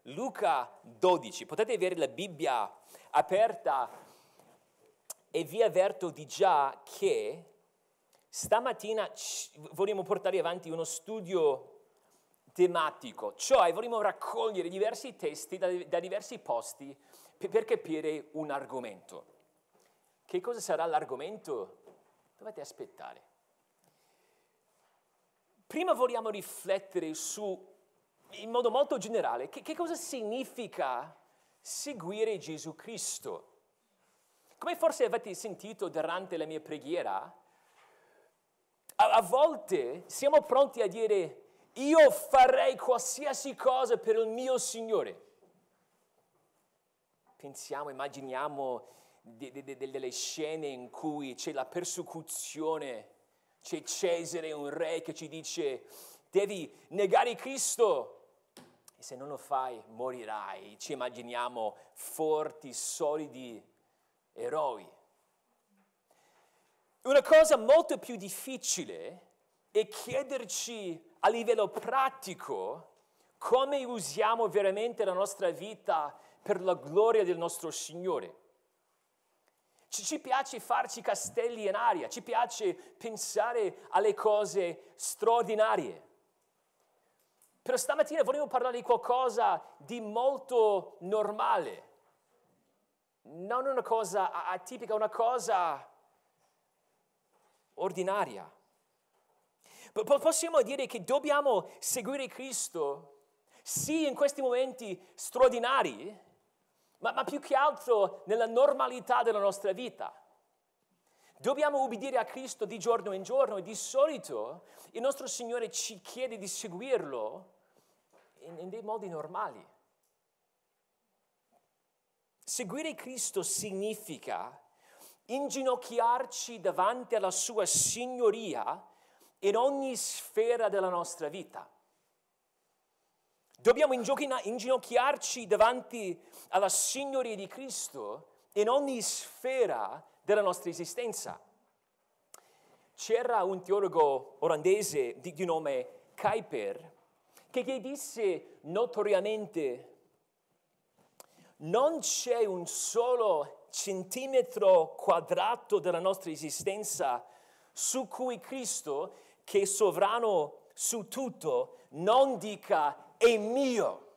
Luca 12. Potete avere la Bibbia aperta e vi avverto di già che stamattina vogliamo portare avanti uno studio tematico, cioè vogliamo raccogliere diversi testi da diversi posti per capire un argomento. Che cosa sarà l'argomento? Dovete aspettare. Prima vogliamo riflettere in modo molto generale, che cosa significa seguire Gesù Cristo? Come forse avete sentito durante la mia preghiera, a volte siamo pronti a dire io farei qualsiasi cosa per il mio Signore. Pensiamo, immaginiamo delle scene in cui c'è la persecuzione, c'è Cesare, un re che ci dice devi negare Cristo e se non lo fai morirai. Ci immaginiamo forti, solidi eroi. Una cosa molto più difficile è chiederci a livello pratico come usiamo veramente la nostra vita per la gloria del nostro Signore. Ci piace farci castelli in aria, ci piace pensare alle cose straordinarie. Però stamattina vogliamo parlare di qualcosa di molto normale, non una cosa atipica, una cosa ordinaria. Possiamo dire che dobbiamo seguire Cristo, sì, in questi momenti straordinari, ma più che altro nella normalità della nostra vita. Dobbiamo ubbidire a Cristo di giorno in giorno e di solito il nostro Signore ci chiede di seguirlo in dei modi normali. Seguire Cristo significa inginocchiarci davanti alla sua signoria in ogni sfera della nostra vita. Dobbiamo inginocchiarci davanti alla signoria di Cristo in ogni sfera della nostra esistenza. C'era un teologo olandese di nome Kuyper che disse notoriamente non c'è un solo centimetro quadrato della nostra esistenza su cui Cristo, che è sovrano su tutto, non dica è mio.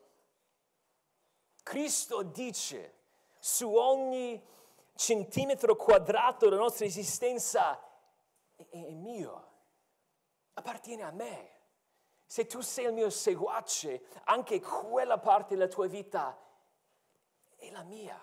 Cristo dice su ogni centimetro quadrato della nostra esistenza è mio, appartiene a me. Se tu sei il mio seguace, anche quella parte della tua vita è la mia.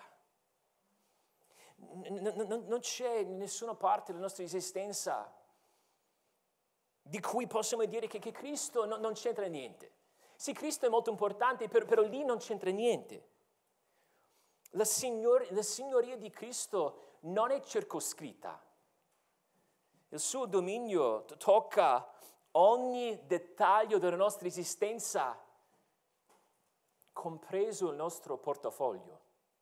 Non c'è nessuna parte della nostra esistenza di cui possiamo dire che Cristo non c'entra niente. Sì, Cristo è molto importante, però lì non c'entra niente. La signoria di Cristo non è circoscritta. Il suo dominio tocca ogni dettaglio della nostra esistenza, compreso il nostro portafoglio.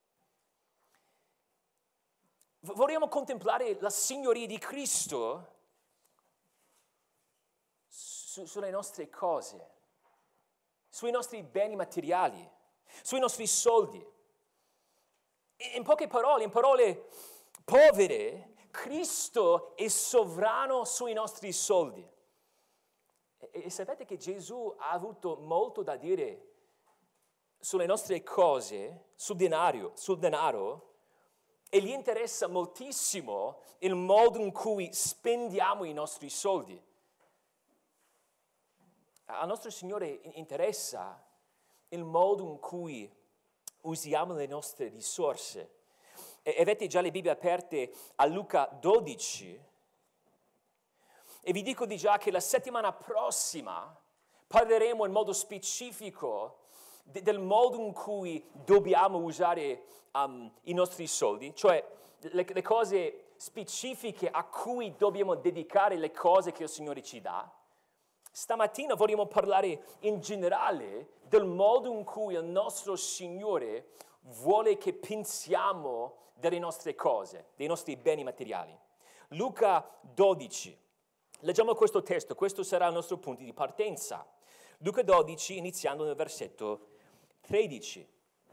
Vogliamo contemplare la signoria di Cristo sulle nostre cose, sui nostri beni materiali, sui nostri soldi. In poche parole, in parole povere, Cristo è sovrano sui nostri soldi. E sapete che Gesù ha avuto molto da dire sulle nostre cose, sul denaro, e gli interessa moltissimo il modo in cui spendiamo i nostri soldi. Al nostro Signore interessa il modo in cui usiamo le nostre risorse. E avete già le Bibbie aperte a Luca 12. E vi dico di già che la settimana prossima parleremo in modo specifico del modo in cui dobbiamo usare i nostri soldi, cioè le cose specifiche a cui dobbiamo dedicare le cose che il Signore ci dà. Stamattina vogliamo parlare in generale del modo in cui il nostro Signore vuole che pensiamo delle nostre cose, dei nostri beni materiali. Luca 12. Leggiamo questo testo, questo sarà il nostro punto di partenza. Luca 12, iniziando nel versetto 13.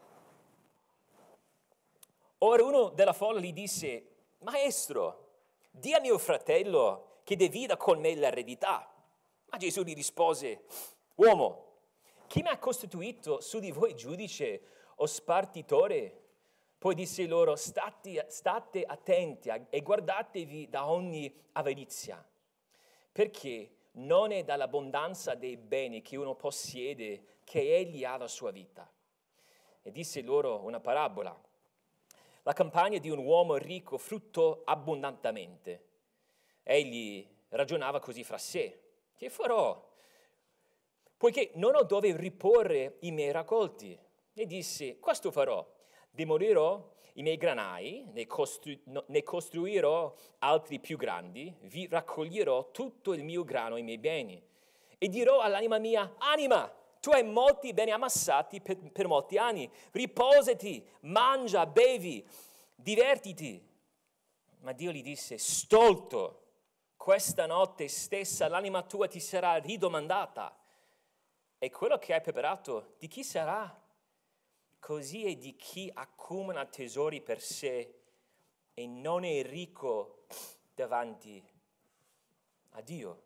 Ora uno della folla gli disse: Maestro, di a mio fratello che divida con me l'eredità. Ma Gesù gli rispose: Uomo, chi mi ha costituito su di voi giudice o spartitore? Poi disse loro: state attenti e guardatevi da ogni avarizia, perché non è dall'abbondanza dei beni che uno possiede che egli ha la sua vita. E disse loro una parabola. La campagna di un uomo ricco fruttò abbondantemente. Egli ragionava così fra sé: che farò? Poiché non ho dove riporre i miei raccolti. E disse: questo farò: demolirò i miei granai, ne costruirò altri più grandi, vi raccoglierò tutto il mio grano e i miei beni. E dirò all'anima mia: anima, tu hai molti beni ammassati per molti anni, riposati, mangia, bevi, divertiti. Ma Dio gli disse: stolto, questa notte stessa l'anima tua ti sarà ridomandata. E quello che hai preparato, di chi sarà? Così è di chi accumula tesori per sé e non è ricco davanti a Dio.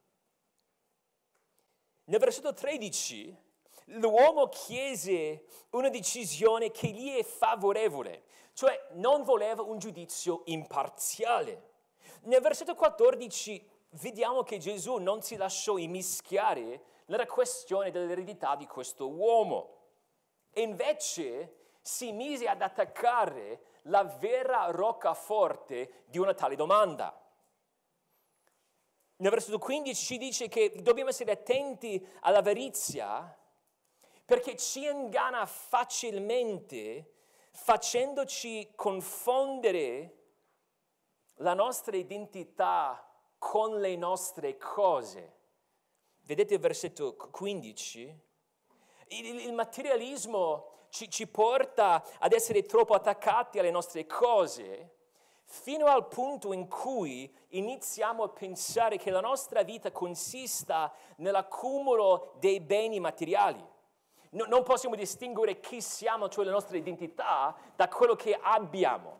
Nel versetto 13, l'uomo chiese una decisione che gli è favorevole, cioè non voleva un giudizio imparziale. Nel versetto 14 vediamo che Gesù non si lasciò immischiare nella questione dell'eredità di questo uomo. E invece si mise ad attaccare la vera roccaforte di una tale domanda. Nel versetto 15 ci dice che dobbiamo essere attenti all'avarizia perché ci inganna facilmente facendoci confondere la nostra identità con le nostre cose. Vedete il versetto 15? Il materialismo ci porta ad essere troppo attaccati alle nostre cose fino al punto in cui iniziamo a pensare che la nostra vita consista nell'accumulo dei beni materiali. Non possiamo distinguere chi siamo, cioè la nostra identità, da quello che abbiamo.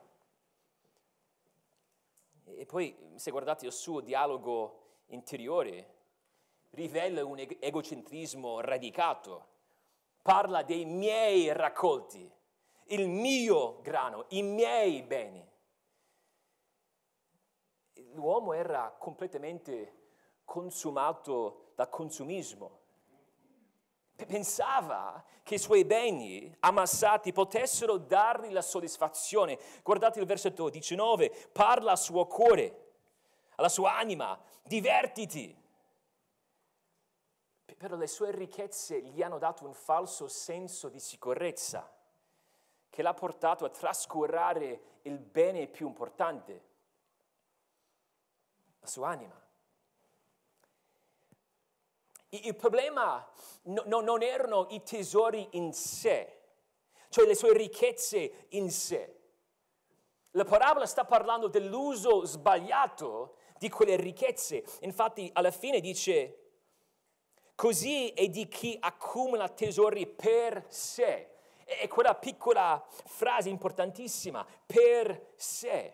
E poi, se guardate il suo dialogo interiore, rivela un egocentrismo radicato. Parla dei miei raccolti, il mio grano, i miei beni. L'uomo era completamente consumato dal consumismo. Pensava che i suoi beni ammassati potessero dargli la soddisfazione. Guardate il versetto 19, parla al suo cuore, alla sua anima, divertiti. Però le sue ricchezze gli hanno dato un falso senso di sicurezza che l'ha portato a trascurare il bene più importante, la sua anima. Il problema non erano i tesori in sé, cioè le sue ricchezze in sé. La parabola sta parlando dell'uso sbagliato di quelle ricchezze. Infatti alla fine dice: così è di chi accumula tesori per sé. E quella piccola frase importantissima, per sé.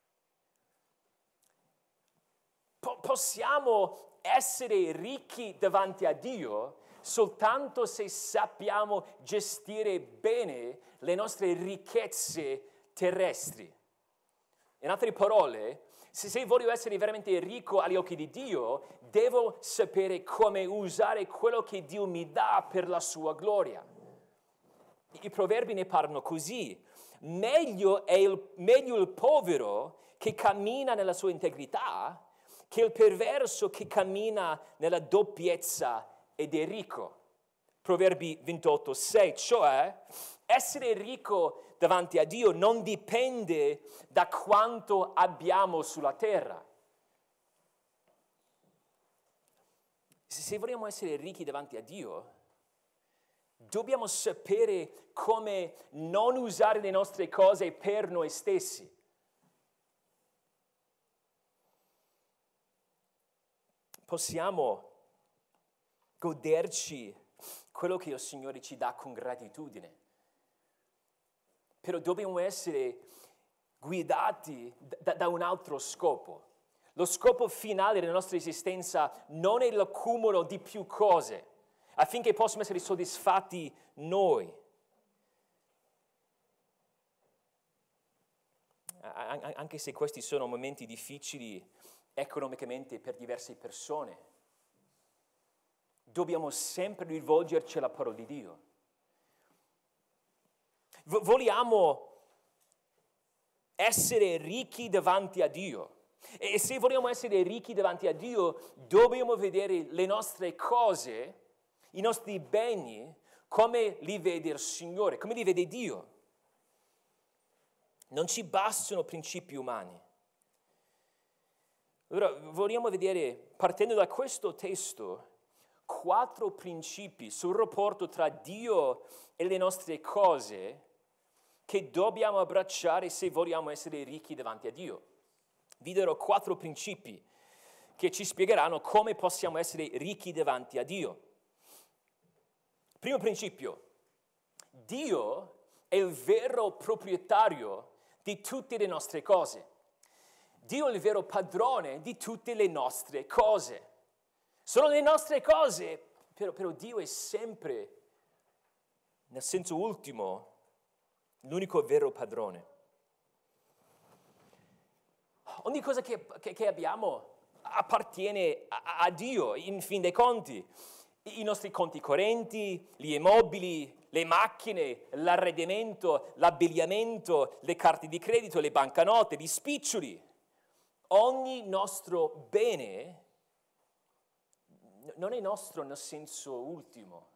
Possiamo essere ricchi davanti a Dio soltanto se sappiamo gestire bene le nostre ricchezze terrestri. In altre parole, se voglio essere veramente ricco agli occhi di Dio, devo sapere come usare quello che Dio mi dà per la sua gloria. I proverbi ne parlano così: meglio il povero che cammina nella sua integrità che il perverso che cammina nella doppiezza ed è ricco. Proverbi 28:6, cioè essere ricco davanti a Dio non dipende da quanto abbiamo sulla terra. Se vogliamo essere ricchi davanti a Dio, dobbiamo sapere come non usare le nostre cose per noi stessi. Possiamo goderci quello che il Signore ci dà con gratitudine. Però dobbiamo essere guidati da un altro scopo. Lo scopo finale della nostra esistenza non è l'accumulo di più cose, affinché possano essere soddisfatti noi. Anche se questi sono momenti difficili economicamente per diverse persone, dobbiamo sempre rivolgerci alla parola di Dio. Vogliamo essere ricchi davanti a Dio. E se vogliamo essere ricchi davanti a Dio, dobbiamo vedere le nostre cose, i nostri beni, come li vede il Signore, come li vede Dio. Non ci bastano principi umani. Allora, vogliamo vedere, partendo da questo testo, 4 principi sul rapporto tra Dio e le nostre cose che dobbiamo abbracciare se vogliamo essere ricchi davanti a Dio. Vi darò 4 principi che ci spiegheranno come possiamo essere ricchi davanti a Dio. Primo principio: Dio è il vero proprietario di tutte le nostre cose. Dio è il vero padrone di tutte le nostre cose. Sono le nostre cose, però Dio è sempre, nel senso ultimo, l'unico vero padrone. Ogni cosa che abbiamo appartiene a Dio, in fin dei conti. I nostri conti correnti, gli immobili, le macchine, l'arredamento, l'abbigliamento, le carte di credito, le banconote, gli spiccioli. Ogni nostro bene non è nostro nel senso ultimo.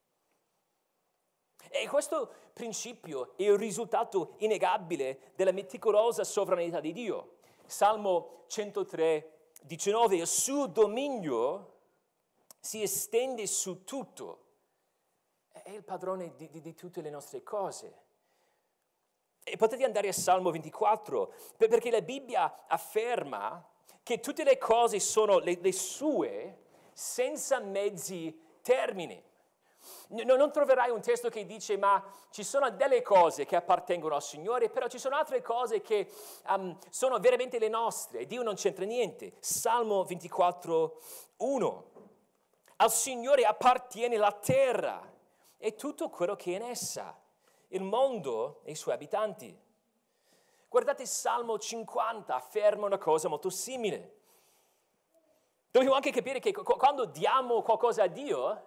E questo principio è il risultato innegabile della meticolosa sovranità di Dio. Salmo 103, 19, il suo dominio si estende su tutto. È il padrone di tutte le nostre cose. E potete andare a Salmo 24, perché la Bibbia afferma che tutte le cose sono le sue senza mezzi termini. Non troverai un testo che dice ma ci sono delle cose che appartengono al Signore, però ci sono altre cose che sono veramente le nostre e Dio non c'entra niente. Salmo 24, 1. Al Signore appartiene la terra e tutto quello che è in essa, il mondo e i suoi abitanti. Guardate Salmo 50, afferma una cosa molto simile. Dobbiamo anche capire che quando diamo qualcosa a Dio,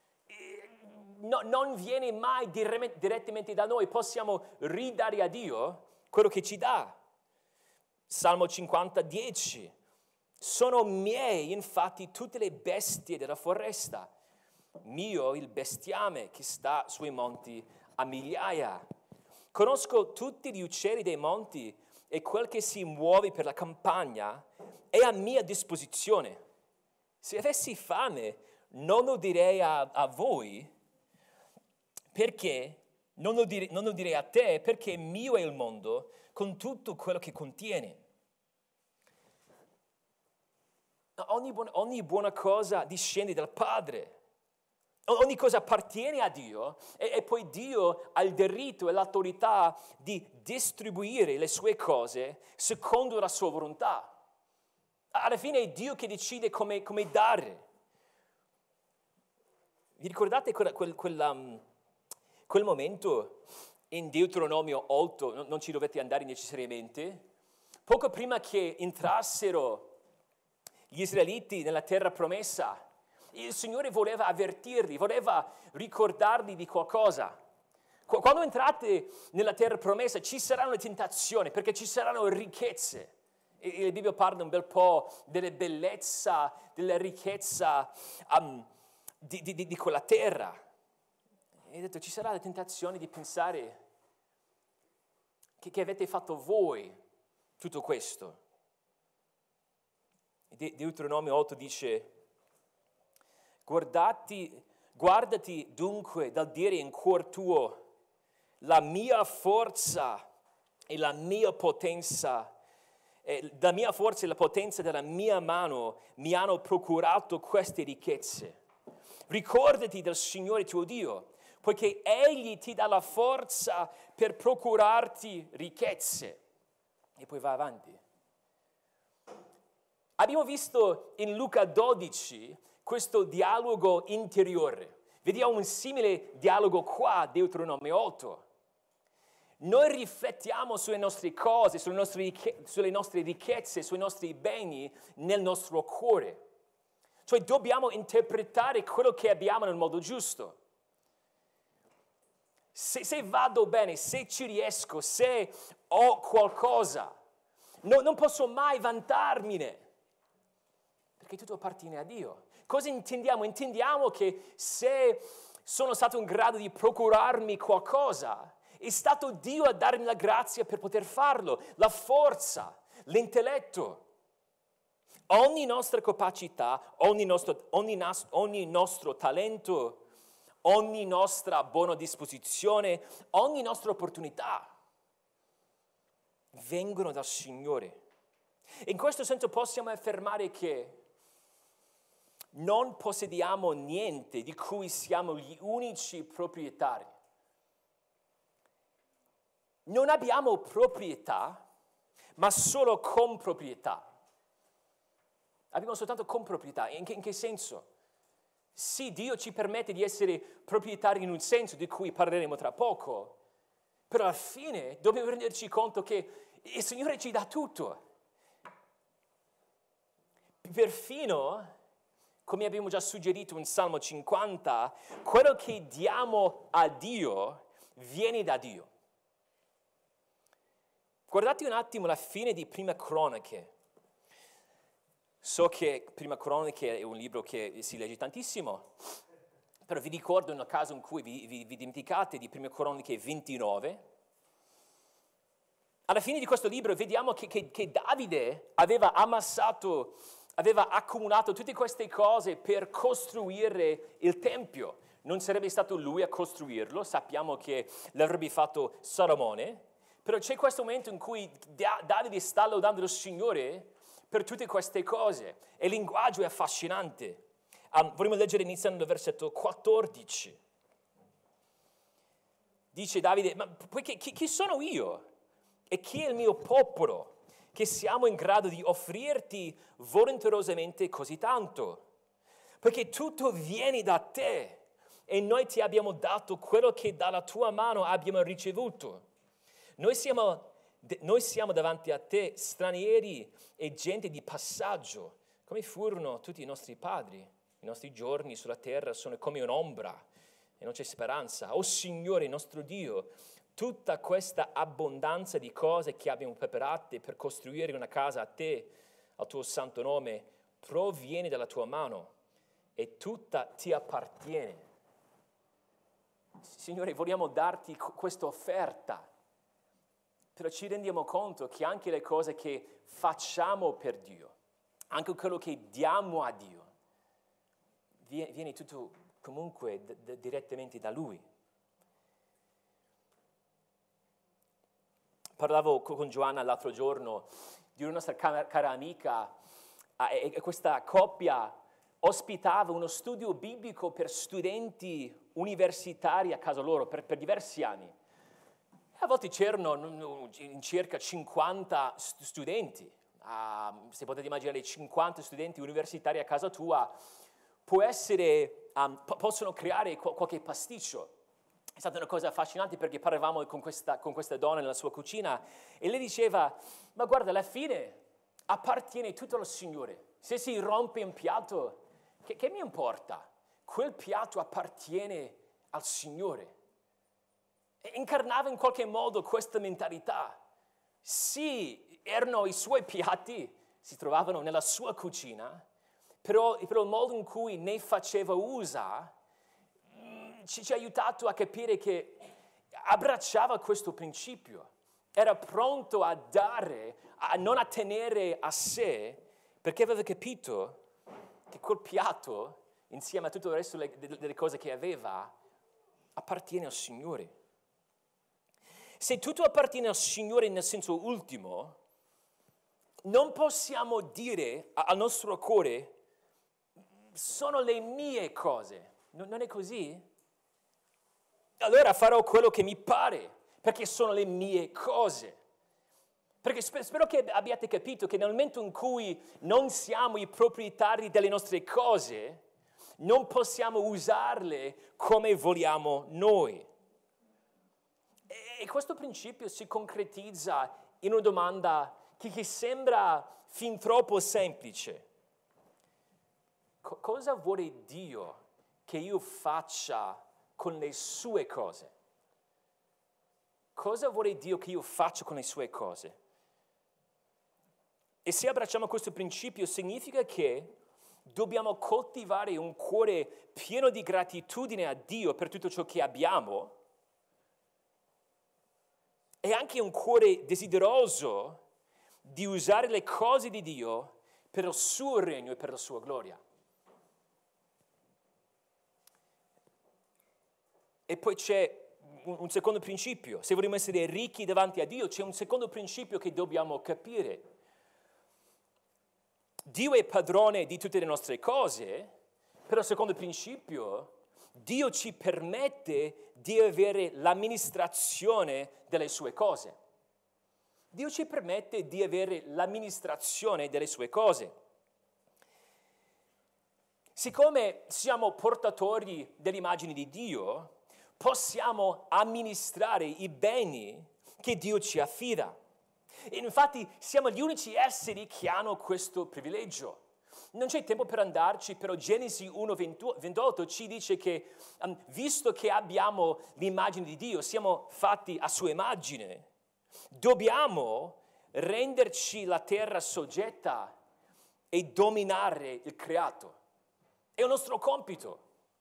non viene mai direttamente da noi, possiamo ridare a Dio quello che ci dà. Salmo 50, 10. Sono miei infatti tutte le bestie della foresta, mio il bestiame che sta sui monti a migliaia. Conosco tutti gli uccelli dei monti e quel che si muove per la campagna è a mia disposizione. Se avessi fame non lo direi a voi, perché non lo direi a te, perché mio è il mondo con tutto quello che contiene. Ogni buona cosa discende dal Padre. Ogni cosa appartiene a Dio e poi Dio ha il diritto e l'autorità di distribuire le sue cose secondo la sua volontà. Alla fine è Dio che decide come dare. Vi ricordate quel momento in Deuteronomio 8, non ci dovete andare necessariamente, poco prima che entrassero gli israeliti nella terra promessa, il Signore voleva avvertirli, voleva ricordarli di qualcosa. Quando entrate nella terra promessa ci saranno le tentazioni, perché ci saranno ricchezze. E la Bibbia parla un bel po' della bellezza, della ricchezza di quella terra. E ha detto, ci sarà la tentazione di pensare che avete fatto voi tutto questo. Deuteronomio 8 dice, guardati dunque dal dire in cuor tuo, la mia forza e la mia potenza, la mia forza e la potenza della mia mano mi hanno procurato queste ricchezze. Ricordati del Signore tuo Dio, poiché Egli ti dà la forza per procurarti ricchezze. E poi va avanti. Abbiamo visto in Luca 12 questo dialogo interiore. Vediamo un simile dialogo qua, Deuteronomio 8. Noi riflettiamo sulle nostre cose, sulle nostre ricchezze, sui nostri beni nel nostro cuore. Cioè dobbiamo interpretare quello che abbiamo nel modo giusto. Se vado bene, se ci riesco, se ho qualcosa, non posso mai vantarmene, perché tutto appartiene a Dio. Cosa intendiamo? Intendiamo che se sono stato in grado di procurarmi qualcosa, è stato Dio a darmi la grazia per poter farlo, la forza, l'intelletto. Ogni nostra capacità, ogni nostro talento, ogni nostra buona disposizione, ogni nostra opportunità vengono dal Signore. In questo senso possiamo affermare che non possediamo niente di cui siamo gli unici proprietari. Non abbiamo proprietà, ma solo comproprietà. Abbiamo soltanto comproprietà. In che senso? Sì, Dio ci permette di essere proprietari in un senso di cui parleremo tra poco, però alla fine dobbiamo renderci conto che il Signore ci dà tutto. Perfino, come abbiamo già suggerito in Salmo 50, quello che diamo a Dio viene da Dio. Guardate un attimo la fine di Prima Cronache. So che Prima Cronache è un libro che si legge tantissimo, però vi ricordo nel caso in cui vi dimenticate di Prima Cronache 29. Alla fine di questo libro vediamo che Davide aveva accumulato tutte queste cose per costruire il Tempio. Non sarebbe stato lui a costruirlo, sappiamo che l'avrebbe fatto Salomone, però c'è questo momento in cui Davide sta lodando il Signore per tutte queste cose. E il linguaggio è affascinante. Vorremmo leggere iniziando dal versetto 14. Dice Davide, ma poiché chi sono io? E chi è il mio popolo? Che siamo in grado di offrirti volenterosamente così tanto? Perché tutto viene da te e noi ti abbiamo dato quello che dalla tua mano abbiamo ricevuto. Noi siamo davanti a te stranieri e gente di passaggio, come furono tutti i nostri padri. I nostri giorni sulla terra sono come un'ombra e non c'è speranza. Oh Signore, nostro Dio, tutta questa abbondanza di cose che abbiamo preparate per costruire una casa a te, al tuo santo nome, proviene dalla tua mano e tutta ti appartiene. Signore, vogliamo darti questa offerta. Però ci rendiamo conto che anche le cose che facciamo per Dio, anche quello che diamo a Dio, viene tutto comunque direttamente da Lui. Parlavo con Giovanna l'altro giorno di una nostra cara amica e questa coppia ospitava uno studio biblico per studenti universitari a casa loro per diversi anni. A volte c'erano in circa 50 studenti. Se potete immaginare 50 studenti universitari a casa tua, possono creare qualche pasticcio. È stata una cosa affascinante perché parlavamo con questa donna nella sua cucina e lei diceva, ma guarda, alla fine appartiene tutto al Signore. Se si rompe un piatto, che mi importa? Quel piatto appartiene al Signore. Incarnava in qualche modo questa mentalità. Sì, erano i suoi piatti, si trovavano nella sua cucina, però il modo in cui ne faceva uso ci ha aiutato a capire che abbracciava questo principio. Era pronto a dare, a non a tenere a sé, perché aveva capito che quel piatto, insieme a tutto il resto delle cose che aveva, appartiene al Signore. Se tutto appartiene al Signore nel senso ultimo, non possiamo dire al nostro cuore, sono le mie cose, Non è così? Allora farò quello che mi pare, perché sono le mie cose. Perché spero che abbiate capito che nel momento in cui non siamo i proprietari delle nostre cose, non possiamo usarle come vogliamo noi. E questo principio si concretizza in una domanda che sembra fin troppo semplice. Cosa vuole Dio che io faccia con le sue cose? Cosa vuole Dio che io faccia con le sue cose? E se abbracciamo questo principio significa che dobbiamo coltivare un cuore pieno di gratitudine a Dio per tutto ciò che abbiamo e anche un cuore desideroso di usare le cose di Dio per il suo regno e per la sua gloria. E poi c'è un secondo principio. Se vogliamo essere ricchi davanti a Dio, c'è un secondo principio che dobbiamo capire. Dio è padrone di tutte le nostre cose, però il secondo principio, Dio ci permette di avere l'amministrazione delle sue cose. Dio ci permette di avere l'amministrazione delle sue cose. Siccome siamo portatori dell'immagine di Dio, possiamo amministrare i beni che Dio ci affida. E infatti siamo gli unici esseri che hanno questo privilegio. Non c'è tempo per andarci, però Genesi 1:28 ci dice che visto che abbiamo l'immagine di Dio, siamo fatti a sua immagine, dobbiamo renderci la terra soggetta e dominare il creato. È un nostro compito.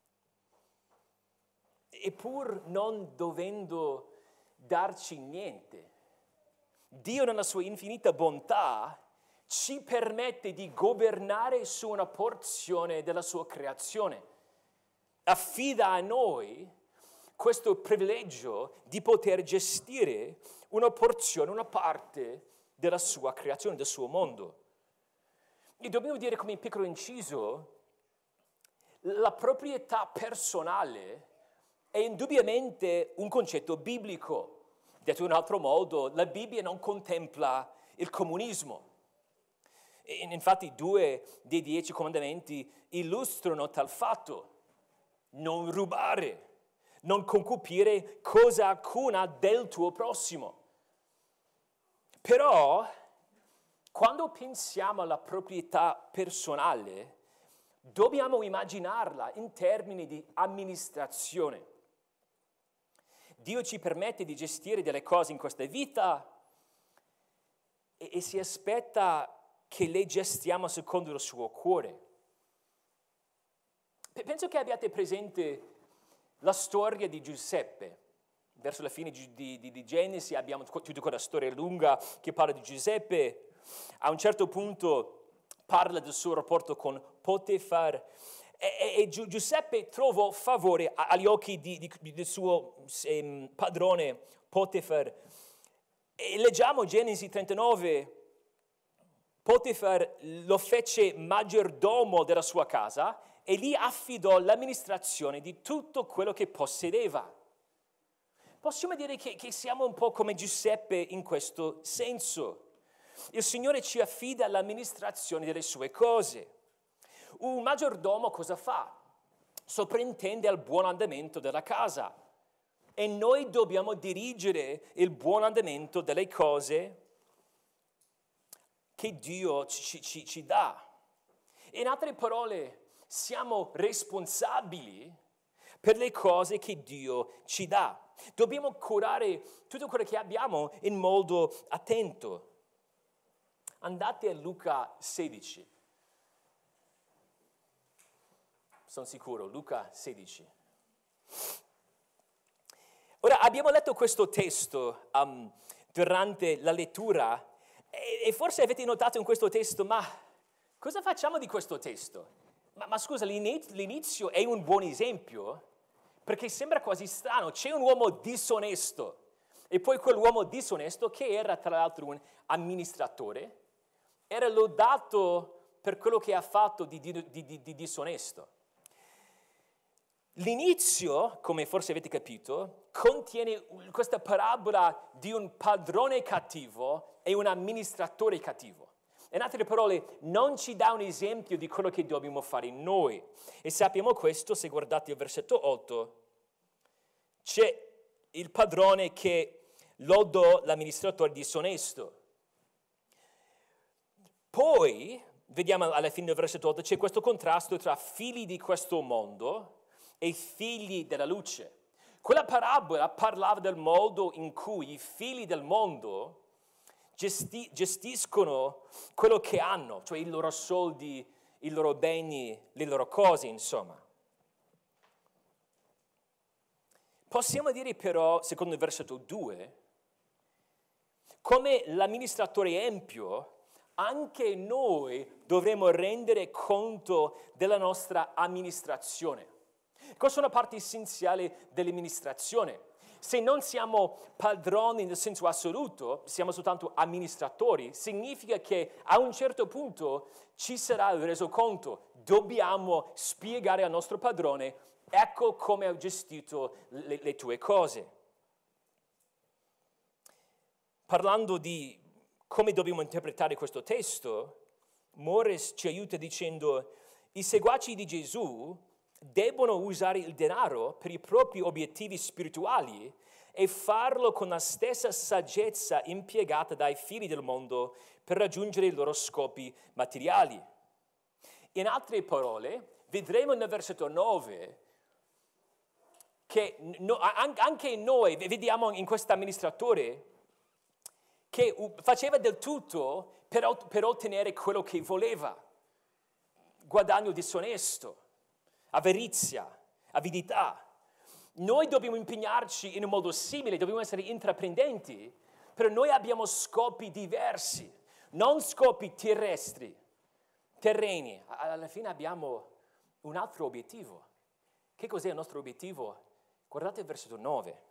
E pur non dovendo darci niente, Dio nella sua infinita bontà ci permette di governare su una porzione della sua creazione. Affida a noi questo privilegio di poter gestire una porzione, una parte della sua creazione, del suo mondo. E dobbiamo dire come piccolo inciso, la proprietà personale è indubbiamente un concetto biblico. Detto in un altro modo, la Bibbia non contempla il comunismo. E infatti 2 dei 10 comandamenti illustrano tal fatto. Non rubare, non concupire cosa alcuna del tuo prossimo. Però, quando pensiamo alla proprietà personale, dobbiamo immaginarla in termini di amministrazione. Dio ci permette di gestire delle cose in questa vita e si aspetta che le gestiamo secondo il suo cuore. Penso che abbiate presente la storia di Giuseppe. Verso la fine di Genesi abbiamo tutta quella storia lunga che parla di Giuseppe. A un certo punto parla del suo rapporto con Potifar. E Giuseppe trovò favore agli occhi del suo padrone Potifar. E leggiamo Genesi 39, Potifar lo fece maggiordomo della sua casa e gli affidò l'amministrazione di tutto quello che possedeva. Possiamo dire che siamo un po' come Giuseppe in questo senso. Il Signore ci affida l'amministrazione delle sue cose. Un maggiordomo cosa fa? Soprintende al buon andamento della casa e noi dobbiamo dirigere il buon andamento delle cose che Dio ci dà. In altre parole, siamo responsabili per le cose che Dio ci dà. Dobbiamo curare tutto quello che abbiamo in modo attento. Andate a Luca 16. Sono sicuro, Luca 16. Ora, abbiamo letto questo testo durante la lettura e forse avete notato in questo testo, ma cosa facciamo di questo testo? Ma scusa, l'inizio è un buon esempio? Perché sembra quasi strano, c'è un uomo disonesto e poi quell'uomo disonesto che era tra l'altro un amministratore, era lodato per quello che ha fatto di disonesto. L'inizio, come forse avete capito, contiene questa parabola di un padrone cattivo e un amministratore cattivo. In altre parole, non ci dà un esempio di quello che dobbiamo fare noi. E sappiamo questo se guardate il versetto 8. C'è il padrone che lodò l'amministratore disonesto. Poi, vediamo alla fine del versetto 8, c'è questo contrasto tra figli di questo mondo e figli della luce. Quella parabola parlava del modo in cui i figli del mondo gestiscono quello che hanno, cioè i loro soldi, i loro beni, le loro cose, insomma. Possiamo dire però, secondo il versetto 2, come l'amministratore empio, anche noi dovremo rendere conto della nostra amministrazione. Questa è una parte essenziale dell'amministrazione. Se non siamo padroni nel senso assoluto, siamo soltanto amministratori, significa che a un certo punto ci sarà il resoconto. Dobbiamo spiegare al nostro padrone, ecco come ho gestito le tue cose. Parlando di come dobbiamo interpretare questo testo, Morris ci aiuta dicendo: i seguaci di Gesù debbono usare il denaro per i propri obiettivi spirituali e farlo con la stessa saggezza impiegata dai figli del mondo per raggiungere i loro scopi materiali. In altre parole, vedremo nel versetto 9 che anche noi vediamo in questo amministratore che faceva del tutto per ottenere quello che voleva. Guadagno disonesto, avarizia, avidità. Noi dobbiamo impegnarci in un modo simile, dobbiamo essere intraprendenti, però noi abbiamo scopi diversi, non scopi terrestri, terreni. Alla fine abbiamo un altro obiettivo. Che cos'è il nostro obiettivo? Guardate il versetto 9.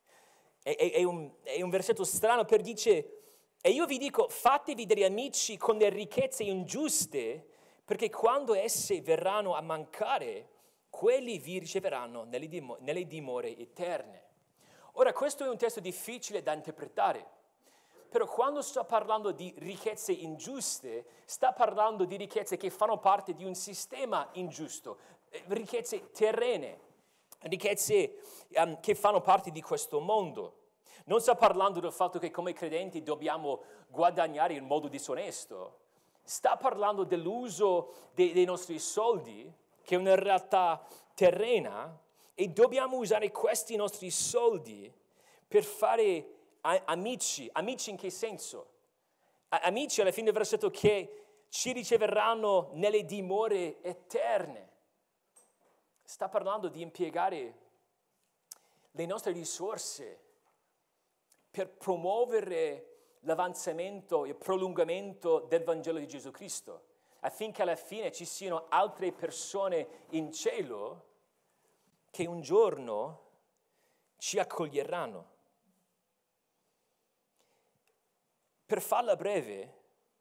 È un versetto strano per dice: e io vi dico, fatevi degli amici con le ricchezze ingiuste, perché quando esse verranno a mancare, quelli vi riceveranno nelle dimore eterne. Ora, questo è un testo difficile da interpretare, però quando sta parlando di ricchezze ingiuste, sta parlando di ricchezze che fanno parte di un sistema ingiusto, ricchezze terrene, ricchezze che fanno parte di questo mondo. Non sta parlando del fatto che come credenti dobbiamo guadagnare in modo disonesto. Sta parlando dell'uso dei nostri soldi, che è una realtà terrena, e dobbiamo usare questi nostri soldi per fare amici. Amici in che senso? Amici alla fine del versetto che ci riceveranno nelle dimore eterne. Sta parlando di impiegare le nostre risorse per promuovere l'avanzamento e il prolungamento del Vangelo di Gesù Cristo, affinché alla fine ci siano altre persone in cielo che un giorno ci accoglieranno. Per farla breve,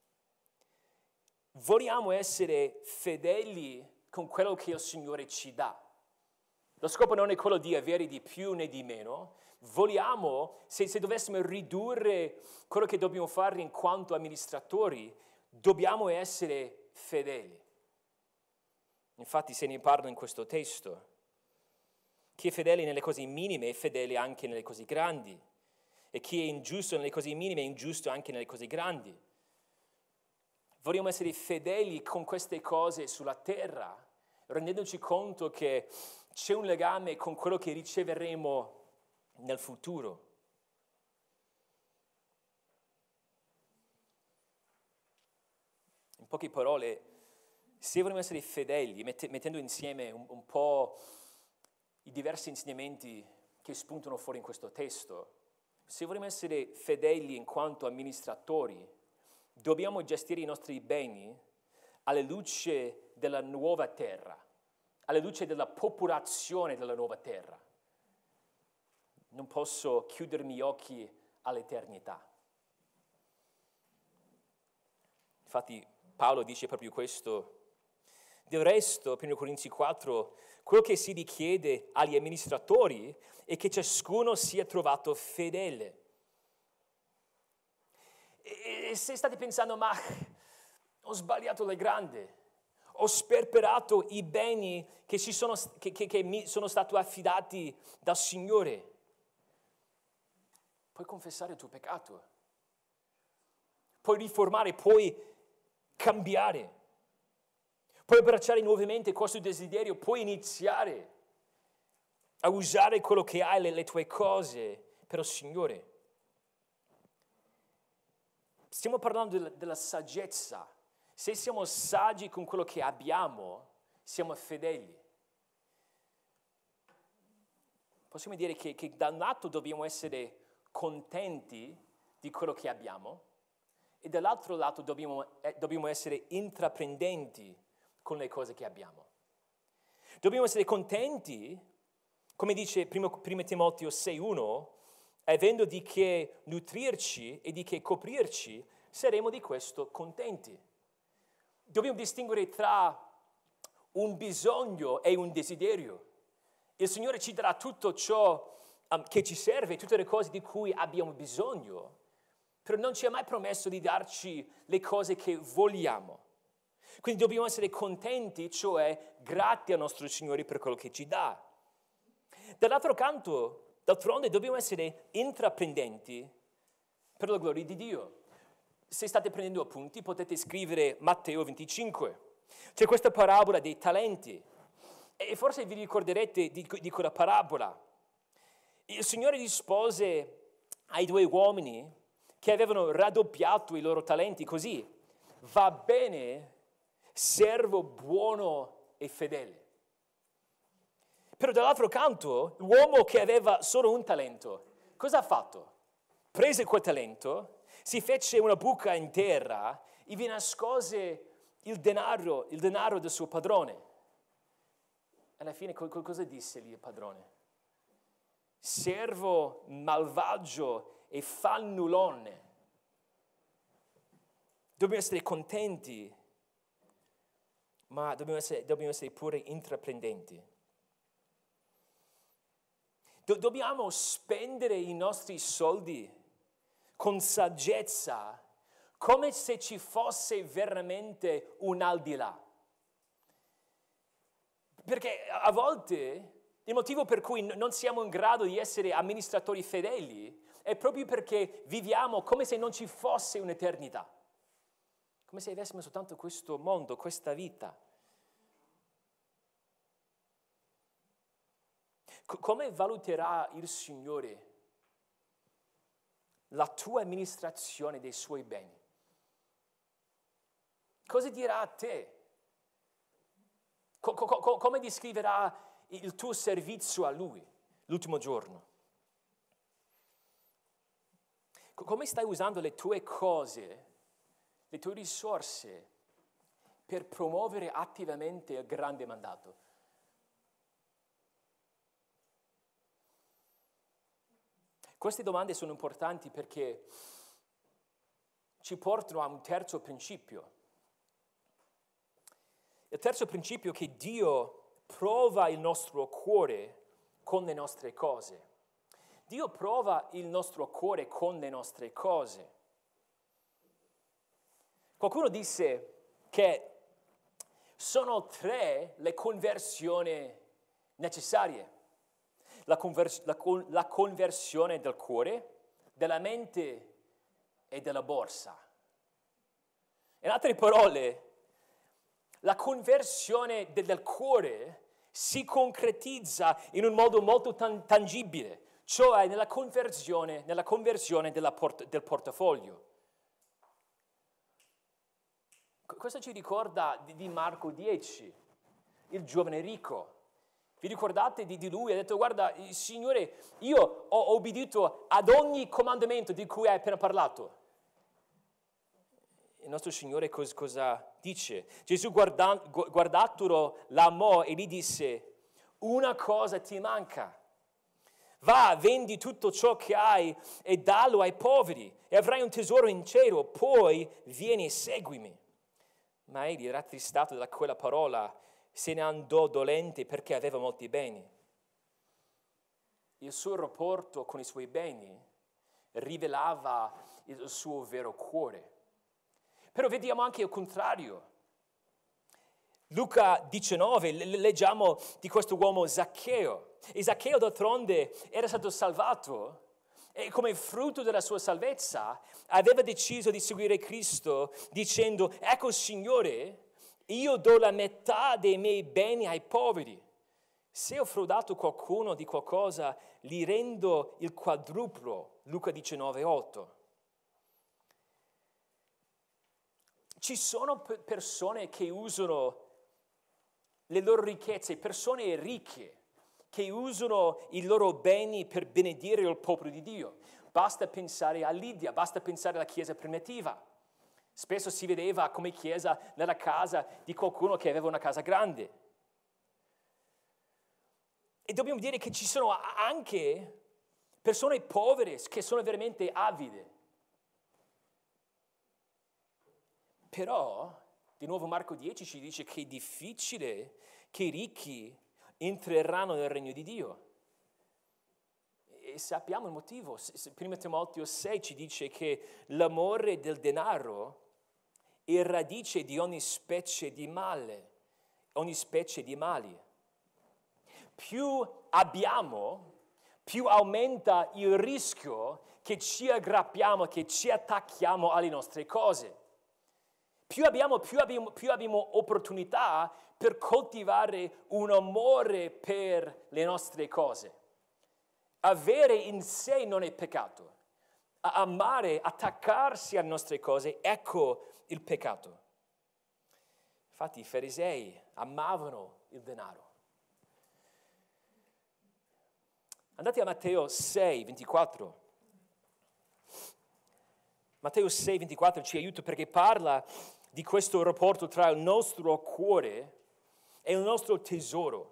vogliamo essere fedeli con quello che il Signore ci dà. Lo scopo non è quello di avere di più né di meno. Vogliamo, se dovessimo ridurre quello che dobbiamo fare in quanto amministratori, dobbiamo essere fedeli. Infatti se ne parla in questo testo. Chi è fedele nelle cose minime è fedele anche nelle cose grandi. E chi è ingiusto nelle cose minime è ingiusto anche nelle cose grandi. Vogliamo essere fedeli con queste cose sulla terra, rendendoci conto che c'è un legame con quello che riceveremo nel futuro. In poche parole, se vogliamo essere fedeli, mettendo insieme un po' i diversi insegnamenti che spuntano fuori in questo testo, se vogliamo essere fedeli in quanto amministratori, dobbiamo gestire i nostri beni alla luce della nuova terra, alla luce della popolazione della nuova terra. Non posso chiudermi gli occhi all'eternità. Infatti Paolo dice proprio questo Del resto, 1 Corinzi 4, quello che si richiede agli amministratori è che ciascuno sia trovato fedele. E se state pensando, ma ho sbagliato le grande, ho sperperato i beni che mi sono stati affidati dal Signore, puoi confessare il tuo peccato, puoi riformare, puoi cambiare, puoi abbracciare nuovamente questo desiderio, puoi iniziare a usare quello che hai, le tue cose per il Signore. Stiamo parlando della saggezza. Se siamo saggi con quello che abbiamo, siamo fedeli. Possiamo dire che da un lato dobbiamo essere contenti di quello che abbiamo e dall'altro lato dobbiamo essere intraprendenti con le cose che abbiamo. Dobbiamo essere contenti, come dice 1 Timoteo 6,1, avendo di che nutrirci e di che coprirci, saremo di questo contenti. Dobbiamo distinguere tra un bisogno e un desiderio. Il Signore ci darà tutto ciò che ci serve, tutte le cose di cui abbiamo bisogno, però non ci ha mai promesso di darci le cose che vogliamo. Quindi dobbiamo essere contenti, cioè grati al nostro Signore per quello che ci dà. Dall'altro canto, d'altronde, dobbiamo essere intraprendenti per la gloria di Dio. Se state prendendo appunti, potete scrivere Matteo 25. C'è questa parabola dei talenti. E forse vi ricorderete di quella parabola. Il Signore rispose ai 2 uomini che avevano raddoppiato i loro talenti così: va bene, servo buono e fedele. Però dall'altro canto, l'uomo che aveva solo un talento, cosa ha fatto? Prese quel talento, si fece una buca in terra e vi nascose il denaro del suo padrone. Alla fine cosa disse lì il padrone? Servo malvagio e fannulone. Dobbiamo essere contenti, ma dobbiamo essere pure intraprendenti. Dobbiamo spendere i nostri soldi con saggezza, come se ci fosse veramente un al di là. Perché a volte il motivo per cui non siamo in grado di essere amministratori fedeli è proprio perché viviamo come se non ci fosse un'eternità, come se avessimo soltanto questo mondo, questa vita. Come valuterà il Signore la tua amministrazione dei suoi beni? Cosa dirà a te? Come descriverà il tuo servizio a Lui l'ultimo giorno? Come stai usando le tue cose, le tue risorse per promuovere attivamente il grande mandato? Queste domande sono importanti perché ci portano a un terzo principio. Il terzo principio è che Dio prova il nostro cuore con le nostre cose. Dio prova il nostro cuore con le nostre cose. Qualcuno disse che sono 3 le conversioni necessarie. La conversione del cuore, della mente e della borsa. In altre parole, la conversione del cuore si concretizza in un modo molto tangibile, cioè nella conversione del portafoglio. Questo ci ricorda di Marco 10, il giovane ricco. Vi ricordate di lui? Ha detto: guarda, Signore, io ho obbedito ad ogni comandamento di cui hai appena parlato. Il nostro Signore cosa dice? Gesù guardatelo l'amò e gli disse: una cosa ti manca. Va, vendi tutto ciò che hai e dallo ai poveri e avrai un tesoro in cielo, poi vieni e seguimi. ma egli, rattristato da quella parola, se ne andò dolente perché aveva molti beni. Il suo rapporto con i suoi beni rivelava il suo vero cuore. Però vediamo anche il contrario. Luca 19, leggiamo di questo uomo Zaccheo. E Zaccheo d'altronde era stato salvato e come frutto della sua salvezza aveva deciso di seguire Cristo dicendo: ecco Signore, io do la metà dei miei beni ai poveri. Se ho frodato qualcuno di qualcosa, gli rendo il quadruplo. Luca 19, 8. Ci sono persone che usano le loro ricchezze, persone ricche, che usano i loro beni per benedire il popolo di Dio. Basta pensare a Lidia, basta pensare alla chiesa primitiva. Spesso si vedeva come chiesa nella casa di qualcuno che aveva una casa grande. E dobbiamo dire che ci sono anche persone povere che sono veramente avide. Però, di nuovo Marco 10 ci dice che è difficile che i ricchi entreranno nel regno di Dio. E sappiamo il motivo. 1 Timoteo 6 ci dice che l'amore del denaro è radice di ogni specie di male, ogni specie di mali. Più abbiamo, più aumenta il rischio che ci aggrappiamo, che ci attacchiamo alle nostre cose. Più abbiamo opportunità per coltivare un amore per le nostre cose. Avere in sé non è peccato. Amare, attaccarsi alle nostre cose, ecco il peccato. Infatti i farisei amavano il denaro. Andate a Matteo 6, 24. Matteo 6, 24 ci aiuta perché parla di questo rapporto tra il nostro cuore e il nostro tesoro.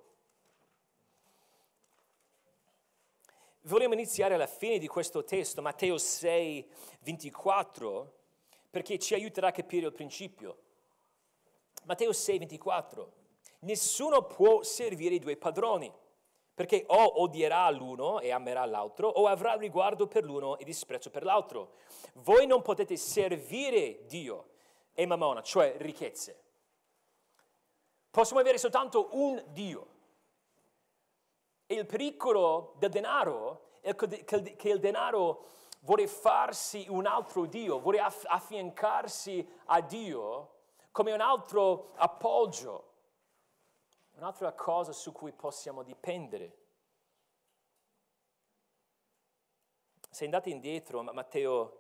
Vogliamo iniziare alla fine di questo testo, Matteo 6, 24, perché ci aiuterà a capire il principio. Matteo 6, 24. Nessuno può servire i due padroni, perché o odierà l'uno e amerà l'altro, o avrà riguardo per l'uno e disprezzo per l'altro. Voi non potete servire Dio e Mammona, cioè ricchezze. Possiamo avere soltanto un Dio. E il pericolo del denaro è che il denaro vuole farsi un altro Dio, vuole affiancarsi a Dio come un altro appoggio, un'altra cosa su cui possiamo dipendere. Se andate indietro a Matteo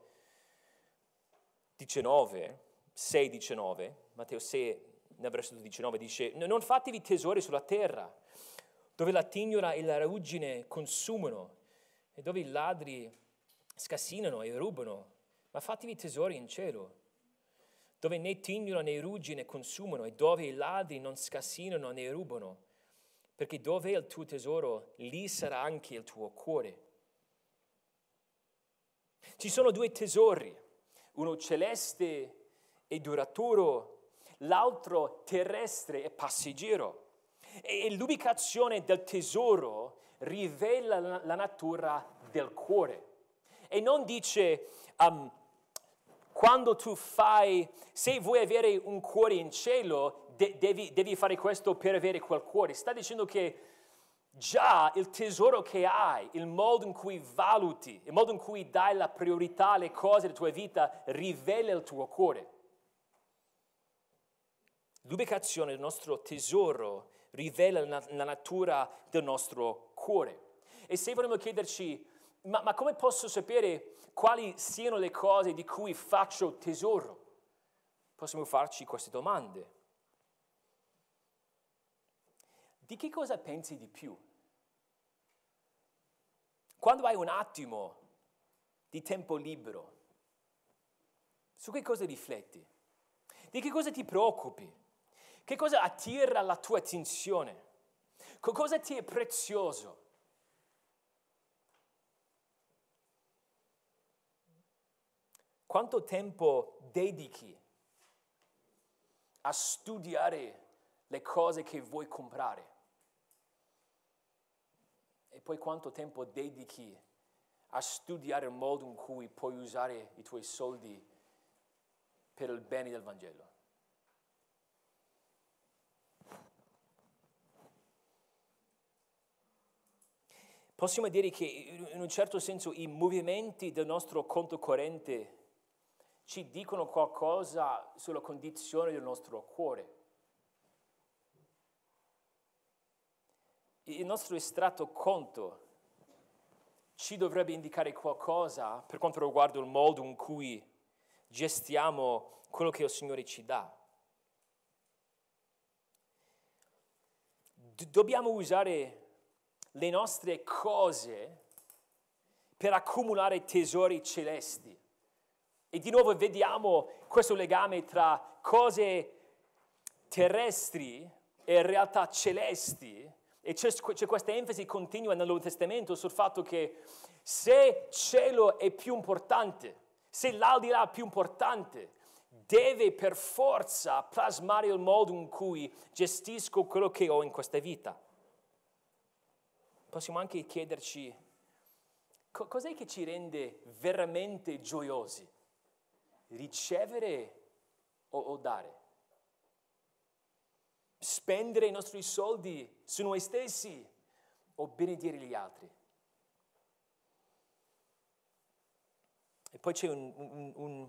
19, 6, 19, Matteo 6 nel versetto 19 dice: non fatevi tesori sulla terra, dove la tignola e la ruggine consumano e dove i ladri scassinano e rubano, ma fatevi tesori in cielo, dove né tignola né ruggine consumano e dove i ladri non scassinano né rubano, perché dove è il tuo tesoro, lì sarà anche il tuo cuore. Ci sono due tesori, uno celeste e duraturo, l'altro terrestre e passeggero. E l'ubicazione del tesoro rivela la natura del cuore. E non dice, quando tu fai, se vuoi avere un cuore in cielo, devi fare questo per avere quel cuore. Sta dicendo che già il tesoro che hai, il modo in cui valuti, il modo in cui dai la priorità alle cose della tua vita, rivela il tuo cuore. L'ubicazione del nostro tesoro rivela la natura del nostro cuore. E se vogliamo chiederci, ma come posso sapere quali siano le cose di cui faccio tesoro? Possiamo farci queste domande. Di che cosa pensi di più? Quando hai un attimo di tempo libero, su che cosa rifletti? Di che cosa ti preoccupi? Che cosa attira la tua attenzione? Cosa ti è prezioso? Quanto tempo dedichi a studiare le cose che vuoi comprare. E poi quanto tempo dedichi a studiare il modo in cui puoi usare i tuoi soldi per il bene del Vangelo? Possiamo dire che in un certo senso i movimenti del nostro conto corrente ci dicono qualcosa sulla condizione del nostro cuore. Il nostro estratto conto ci dovrebbe indicare qualcosa per quanto riguarda il modo in cui gestiamo quello che il Signore ci dà. Dobbiamo usare le nostre cose per accumulare tesori celesti. E di nuovo vediamo questo legame tra cose terrestri e realtà celesti. E c'è questa enfasi continua nel Nuovo Testamento sul fatto che se cielo è più importante, se l'aldilà è più importante, deve per forza plasmare il modo in cui gestisco quello che ho in questa vita. Possiamo anche chiederci cos'è che ci rende veramente gioiosi? Ricevere o dare? Spendere i nostri soldi su noi stessi o benedire gli altri? E poi c'è un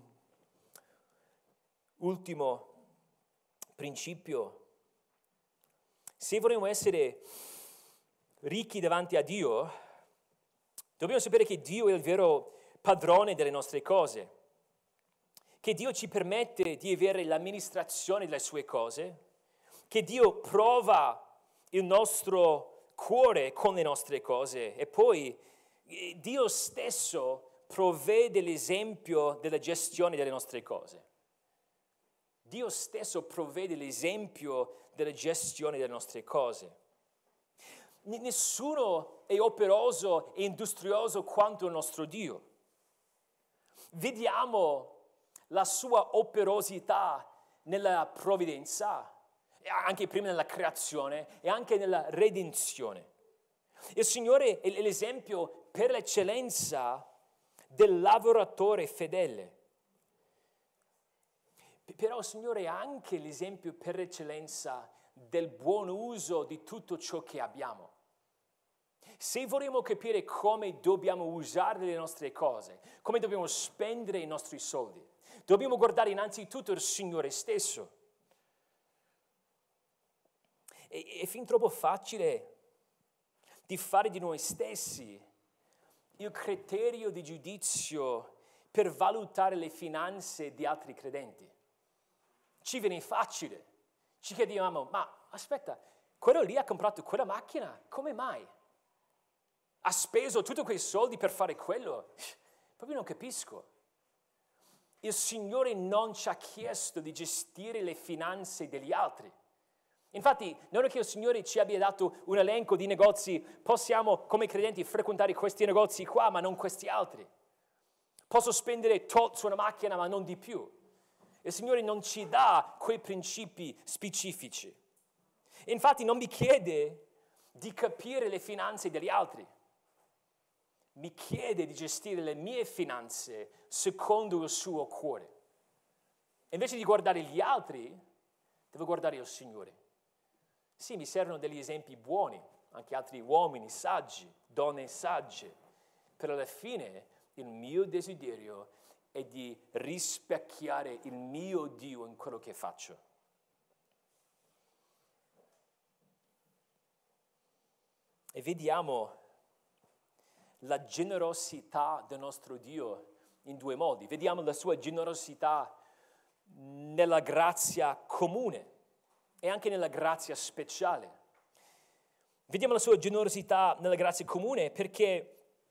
ultimo principio. Se vogliamo essere ricchi davanti a Dio, dobbiamo sapere che Dio è il vero padrone delle nostre cose, che Dio ci permette di avere l'amministrazione delle sue cose, che Dio prova il nostro cuore con le nostre cose e poi Dio stesso provvede l'esempio della gestione delle nostre cose. Dio stesso provvede l'esempio della gestione delle nostre cose. Nessuno è operoso e industrioso quanto il nostro Dio. Vediamo la sua operosità nella provvidenza, anche prima nella creazione e anche nella redenzione. Il Signore è l'esempio per l'eccellenza del lavoratore fedele. Però il Signore è anche l'esempio per l'eccellenza del buon uso di tutto ciò che abbiamo. Se vogliamo capire come dobbiamo usare le nostre cose, come dobbiamo spendere i nostri soldi, dobbiamo guardare innanzitutto il Signore stesso. È fin troppo facile di fare di noi stessi il criterio di giudizio per valutare le finanze di altri credenti. Ci viene facile. Ci chiediamo, ma aspetta, quello lì ha comprato quella macchina, come mai? Ha speso tutti quei soldi per fare quello? Proprio non capisco. Il Signore non ci ha chiesto di gestire le finanze degli altri. Infatti, non è che il Signore ci abbia dato un elenco di negozi, possiamo come credenti frequentare questi negozi qua, ma non questi altri. Posso spendere tot su una macchina, ma non di più. Il Signore non ci dà quei principi specifici. Infatti non mi chiede di capire le finanze degli altri. Mi chiede di gestire le mie finanze secondo il suo cuore. Invece di guardare gli altri, devo guardare il Signore. Sì, mi servono degli esempi buoni, anche altri uomini saggi, donne sagge, però alla fine il mio desiderio è di rispecchiare il mio Dio in quello che faccio. E vediamo la generosità del nostro Dio in due modi. Vediamo la sua generosità nella grazia comune e anche nella grazia speciale. Vediamo la sua generosità nella grazia comune perché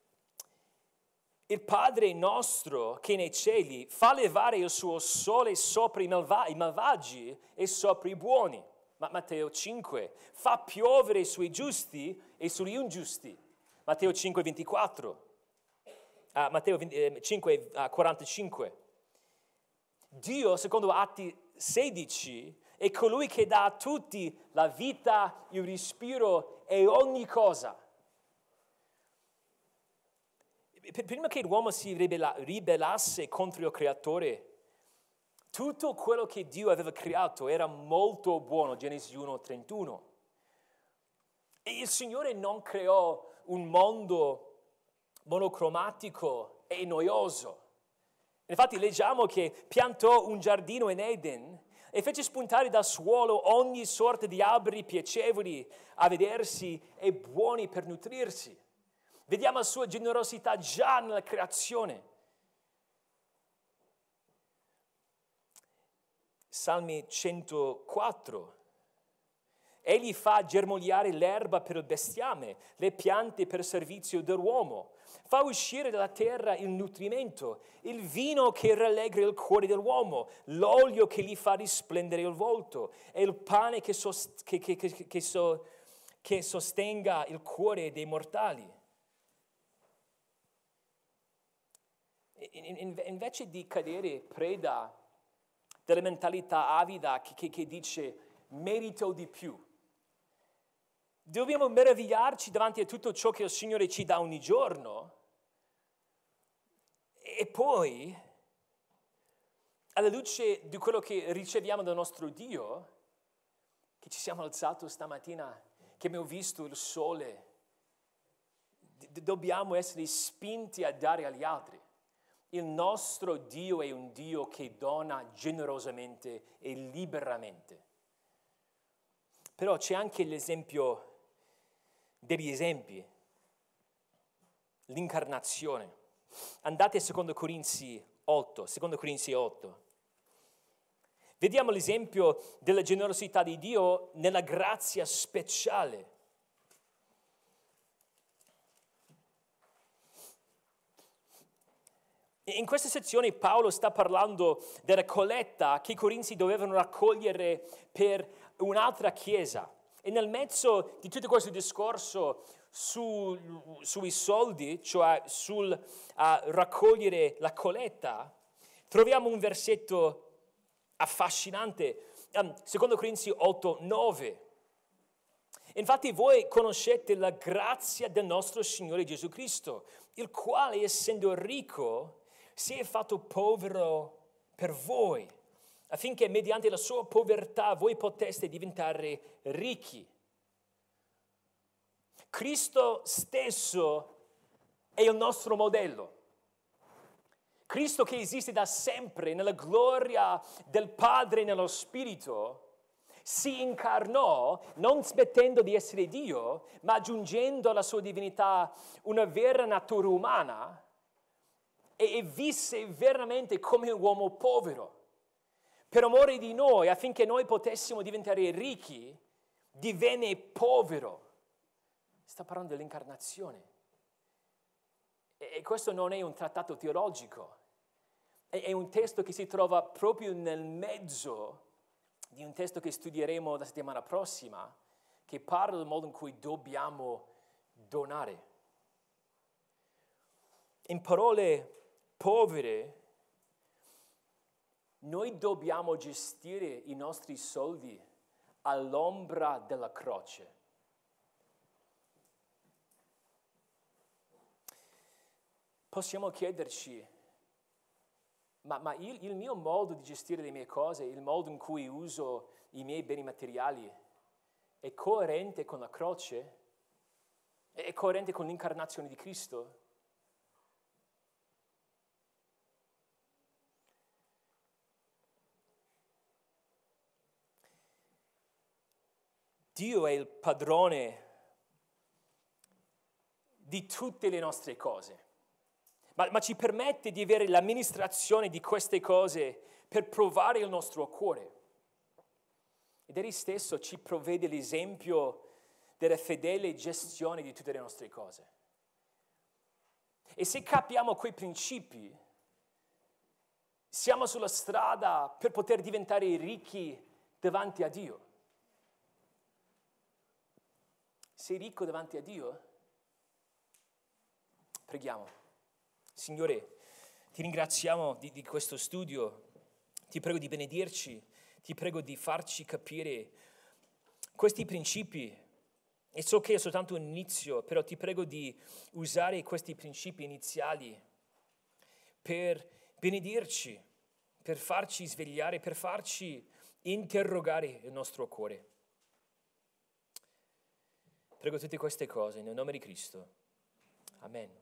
il Padre nostro che è nei cieli fa levare il suo sole sopra i malvagi e sopra i buoni. Matteo 5, fa piovere sui giusti e sugli ingiusti. Matteo 5, 24. Matteo 5, 45. Dio, secondo Atti 16, è colui che dà a tutti la vita, il respiro e ogni cosa. Prima che l'uomo si ribellasse contro il Creatore, tutto quello che Dio aveva creato era molto buono, Genesi 1:31. E il Signore non creò un mondo monocromatico e noioso. Infatti leggiamo che piantò un giardino in Eden e fece spuntare dal suolo ogni sorta di alberi piacevoli a vedersi e buoni per nutrirsi. Vediamo la sua generosità già nella creazione. Salmi 104. Egli fa germogliare l'erba per il bestiame, le piante per il servizio dell'uomo. Fa uscire dalla terra il nutrimento, il vino che rallegra il cuore dell'uomo, l'olio che gli fa risplendere il volto e il pane che sostenga il cuore dei mortali. Invece di cadere preda della mentalità avida che dice merito di più, dobbiamo meravigliarci davanti a tutto ciò che il Signore ci dà ogni giorno e poi, alla luce di quello che riceviamo dal nostro Dio, che ci siamo alzati stamattina, che abbiamo visto il sole, dobbiamo essere spinti a dare agli altri. Il nostro Dio è un Dio che dona generosamente e liberamente. Però c'è anche l'esempio degli esempi, l'incarnazione. Andate a 2 Corinzi 8. Vediamo l'esempio della generosità di Dio nella grazia speciale. In questa sezione Paolo sta parlando della colletta che i Corinzi dovevano raccogliere per un'altra chiesa. E nel mezzo di tutto questo discorso sui soldi, cioè sul raccogliere la colletta, troviamo un versetto affascinante, 2 Corinzi 8:9. Infatti voi conoscete la grazia del nostro Signore Gesù Cristo, il quale, essendo ricco, si è fatto povero per voi, affinché mediante la sua povertà voi poteste diventare ricchi. Cristo stesso è il nostro modello. Cristo che esiste da sempre nella gloria del Padre e nello Spirito, si incarnò non smettendo di essere Dio, ma aggiungendo alla sua divinità una vera natura umana e visse veramente come un uomo povero. Per amore di noi, affinché noi potessimo diventare ricchi, divenne povero. Sta parlando dell'incarnazione. E questo non è un trattato teologico, è un testo che si trova proprio nel mezzo di un testo che studieremo la settimana prossima, che parla del modo in cui dobbiamo donare. In parole povere, noi dobbiamo gestire i nostri soldi all'ombra della croce. Possiamo chiederci, ma il mio modo di gestire le mie cose, il modo in cui uso i miei beni materiali, è coerente con la croce? È coerente con l'incarnazione di Cristo? Dio è il padrone di tutte le nostre cose, ma ci permette di avere l'amministrazione di queste cose per provare il nostro cuore. Ed Egli stesso ci provvede l'esempio della fedele gestione di tutte le nostre cose. E se capiamo quei principi, siamo sulla strada per poter diventare ricchi davanti a Dio. Sei ricco davanti a Dio? Preghiamo. Signore, ti ringraziamo di questo studio, ti prego di benedirci, Ti prego di farci capire questi principi. E so che è soltanto un inizio, però ti prego di usare questi principi iniziali per benedirci, per farci svegliare, per farci interrogare il nostro cuore. Prego tutte queste cose nel nome di Cristo. Amen.